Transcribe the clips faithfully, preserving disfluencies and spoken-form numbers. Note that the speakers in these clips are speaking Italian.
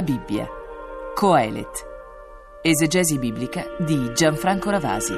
Bibbia. Coelet. Esegesi biblica di Gianfranco Ravasi.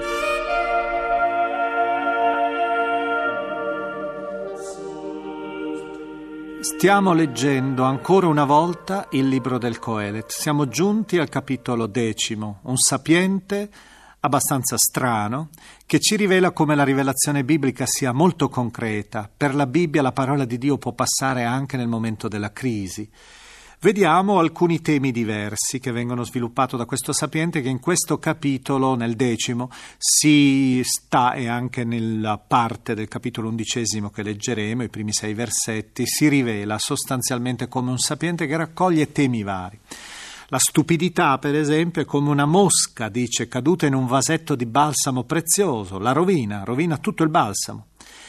Stiamo leggendo ancora una volta il libro del Coelet. Siamo giunti al capitolo decimo, un sapiente abbastanza strano che ci rivela come la rivelazione biblica sia molto concreta. Per la Bibbia la parola di Dio può passare anche nel momento della crisi. Vediamo alcuni temi diversi che vengono sviluppati da questo sapiente che in questo capitolo, nel decimo, si sta, e anche nella parte del capitolo undicesimo che leggeremo, i primi sei versetti, si rivela sostanzialmente come un sapiente che raccoglie temi vari. La stupidità, per esempio, è come una mosca, dice, caduta in un vasetto di balsamo prezioso, la rovina, rovina tutto il balsamo.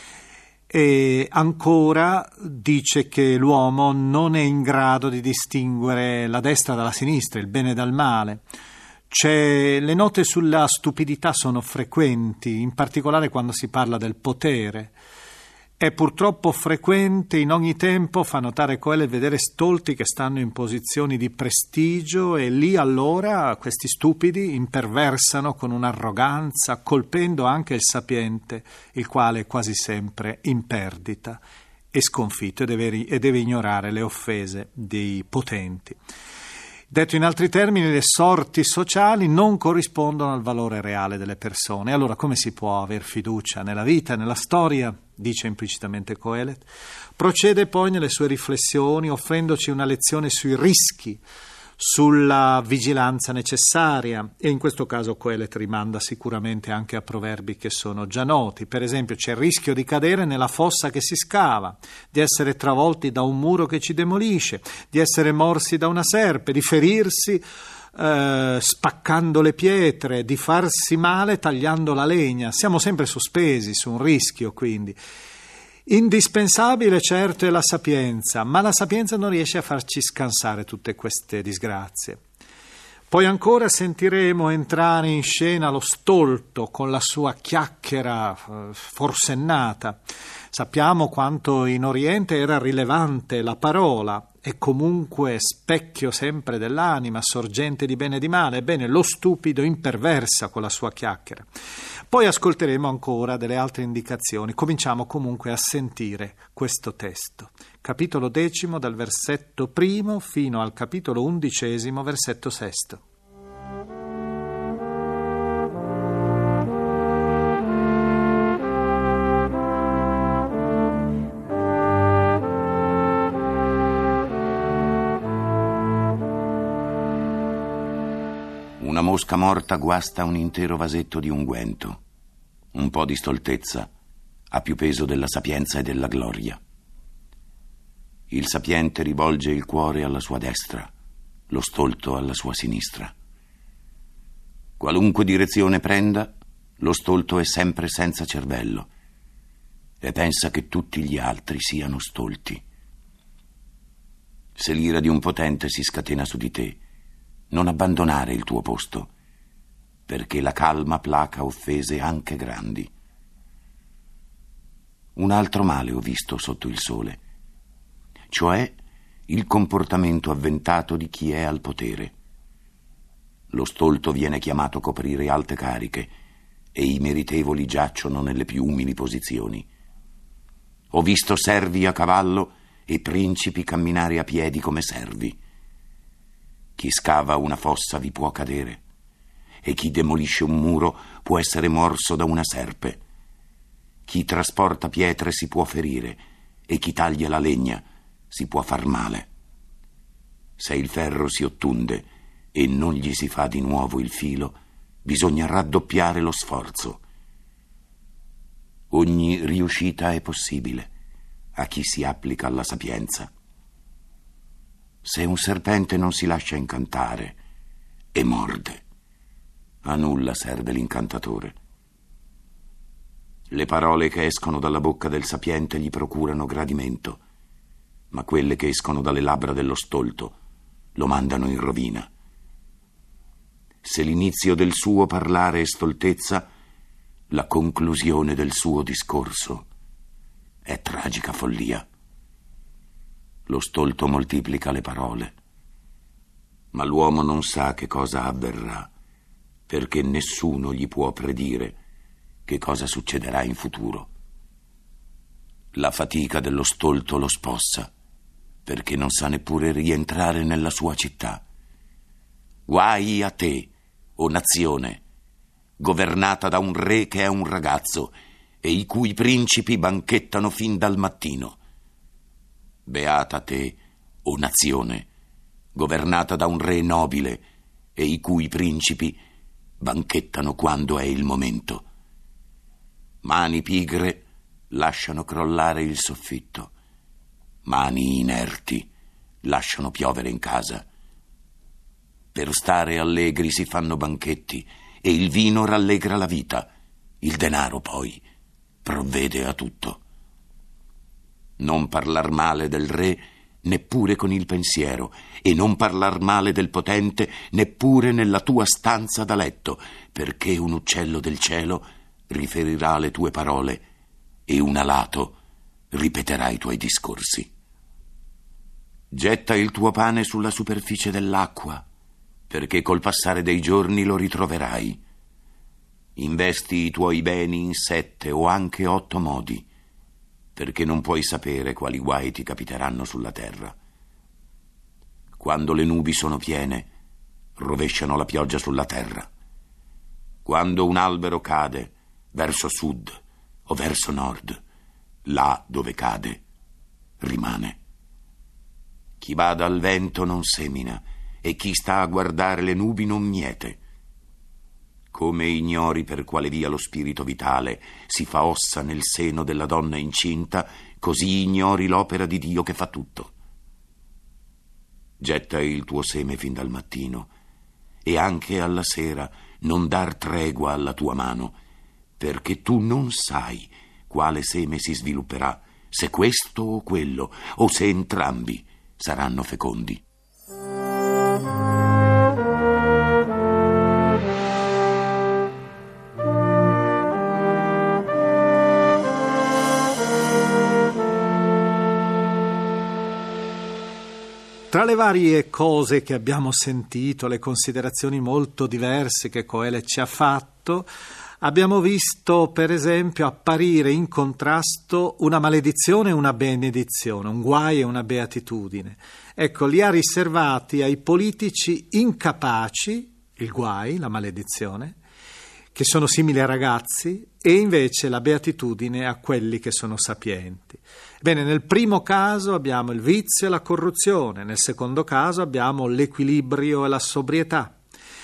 E ancora dice che l'uomo non è in grado di distinguere la destra dalla sinistra, il bene dal male. C'è, le note sulla stupidità sono frequenti, in particolare quando si parla del potere. È purtroppo frequente in ogni tempo, fa notare Coelet, vedere stolti che stanno in posizioni di prestigio e lì allora questi stupidi imperversano con un'arroganza, colpendo anche il sapiente, il quale è quasi sempre in perdita e sconfitto e deve, e deve ignorare le offese dei potenti. Detto in altri termini, le sorti sociali non corrispondono al valore reale delle persone. Allora come si può aver fiducia nella vita, nella storia? Dice implicitamente Coelet. Procede poi nelle sue riflessioni offrendoci una lezione sui rischi, sulla vigilanza necessaria, e in questo caso Coelet rimanda sicuramente anche a proverbi che sono già noti. Per esempio, c'è il rischio di cadere nella fossa che si scava, di essere travolti da un muro che ci demolisce, di essere morsi da una serpe, di ferirsi eh, spaccando le pietre, di farsi male tagliando la legna. Siamo sempre sospesi su un rischio, quindi. Indispensabile certo è la sapienza, ma la sapienza non riesce a farci scansare tutte queste disgrazie. Poi ancora sentiremo entrare in scena lo stolto con la sua chiacchiera eh, forsennata. Sappiamo quanto in Oriente era rilevante la parola e comunque specchio sempre dell'anima, sorgente di bene e di male. Ebbene, lo stupido imperversa con la sua chiacchiera. Poi ascolteremo ancora delle altre indicazioni. Cominciamo comunque a sentire questo testo. Capitolo decimo, dal versetto primo fino al capitolo undicesimo, versetto sesto. Una mosca morta guasta un intero vasetto di unguento. Un po' di stoltezza ha più peso della sapienza e della gloria. Il sapiente rivolge il cuore alla sua destra, lo stolto alla sua sinistra. Qualunque direzione prenda, lo stolto è sempre senza cervello e pensa che tutti gli altri siano stolti. Se l'ira di un potente si scatena su di te, non abbandonare il tuo posto, perché la calma placa offese anche grandi. Un altro male ho visto sotto il sole, cioè il comportamento avventato di chi è al potere. Lo stolto viene chiamato a coprire alte cariche e i meritevoli giacciono nelle più umili posizioni. Ho visto servi a cavallo e principi camminare a piedi come servi. Chi scava una fossa vi può cadere e chi demolisce un muro può essere morso da una serpe. Chi trasporta pietre si può ferire e chi taglia la legna si può far male. Se il ferro si ottunde e non gli si fa di nuovo il filo, bisogna raddoppiare lo sforzo. Ogni riuscita è possibile a chi si applica alla sapienza. Se un serpente non si lascia incantare e morde, a nulla serve l'incantatore. Le parole che escono dalla bocca del sapiente gli procurano gradimento, ma quelle che escono dalle labbra dello stolto lo mandano in rovina. Se l'inizio del suo parlare è stoltezza, la conclusione del suo discorso è tragica follia. Lo stolto moltiplica le parole, Ma l'uomo non sa che cosa avverrà, perché nessuno gli può predire che cosa succederà in futuro. La fatica dello stolto lo spossa, perché non sa neppure rientrare nella sua città. Guai a te, o nazione, governata da un re che è un ragazzo e i cui principi banchettano fin dal mattino. Beata te, o nazione, governata da un re nobile e i cui principi banchettano quando è il momento. Mani pigre lasciano crollare il soffitto, mani inerti lasciano piovere in casa. Per stare allegri si fanno banchetti e il vino rallegra la vita, il denaro poi provvede a tutto. Non parlar male del re neppure con il pensiero, e non parlar male del potente neppure nella tua stanza da letto, perché un uccello del cielo riferirà le tue parole e un alato ripeterà i tuoi discorsi. Getta il tuo pane sulla superficie dell'acqua, perché col passare dei giorni lo ritroverai. Investi i tuoi beni in sette o anche otto modi, perché non puoi sapere quali guai ti capiteranno sulla terra. Quando le nubi sono piene, rovesciano la pioggia sulla terra. Quando un albero cade verso sud o verso nord, là dove cade rimane. Chi bada al vento non semina, e chi sta a guardare le nubi non miete. Come ignori per quale via lo spirito vitale si fa ossa nel seno della donna incinta, così ignori l'opera di Dio che fa tutto. Getta il tuo seme fin dal mattino, e anche alla sera non dar tregua alla tua mano, perché tu non sai quale seme si svilupperà, se questo o quello, o se entrambi saranno fecondi. Tra le varie cose che abbiamo sentito, le considerazioni molto diverse che Coelet ci ha fatto, abbiamo visto per esempio apparire in contrasto una maledizione e una benedizione, un guai e una beatitudine. Ecco, li ha riservati ai politici incapaci, il guai, la maledizione, che sono simili a ragazzi, e invece la beatitudine a quelli che sono sapienti. Bene, nel primo caso abbiamo il vizio e la corruzione, nel secondo caso abbiamo l'equilibrio e la sobrietà.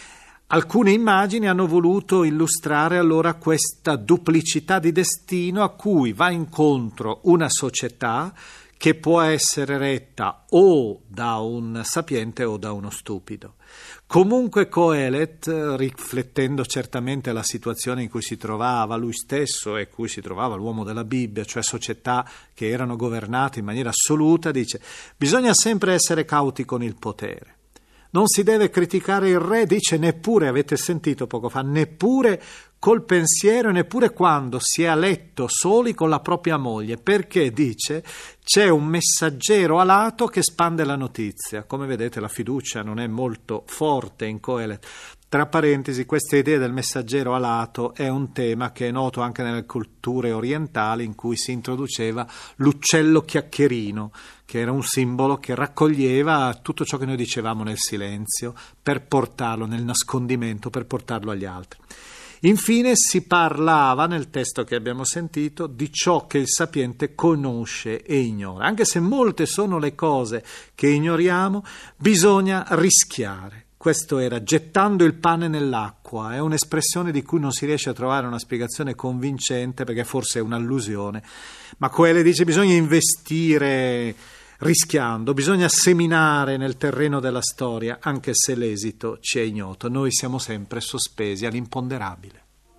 Alcune immagini hanno voluto illustrare allora questa duplicità di destino a cui va incontro una società che può essere retta o da un sapiente o da uno stupido. Comunque Coelet, riflettendo certamente la situazione in cui si trovava lui stesso e in cui si trovava l'uomo della Bibbia, cioè società che erano governate in maniera assoluta, dice: bisogna sempre essere cauti con il potere. Non si deve criticare il re, dice, neppure, avete sentito poco fa, neppure col pensiero e neppure quando si è a letto soli con la propria moglie, perché, dice, c'è un messaggero alato che spande la notizia. Come vedete, la fiducia non è molto forte in Coelet. Tra parentesi, questa idea del messaggero alato è un tema che è noto anche nelle culture orientali, in cui si introduceva l'uccello chiacchierino, che era un simbolo che raccoglieva tutto ciò che noi dicevamo nel silenzio per portarlo nel nascondimento, per portarlo agli altri. Infine si parlava nel testo che abbiamo sentito di ciò che il sapiente conosce e ignora. Anche se molte sono le cose che ignoriamo, bisogna rischiare. Questo era gettando il pane nell'acqua, è un'espressione di cui non si riesce a trovare una spiegazione convincente, perché forse è un'allusione, ma Coelet dice bisogna investire rischiando, bisogna seminare nel terreno della storia, anche se l'esito ci è ignoto. Noi siamo sempre sospesi all'imponderabile.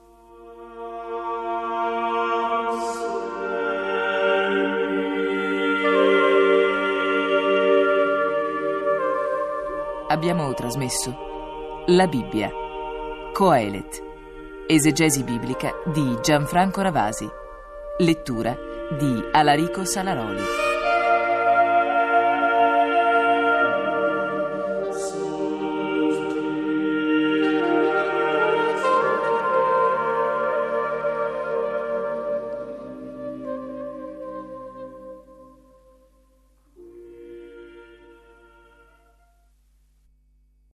Abbiamo trasmesso La Bibbia, Coelet, esegesi biblica di Gianfranco Ravasi, lettura di Alarico Salaroli.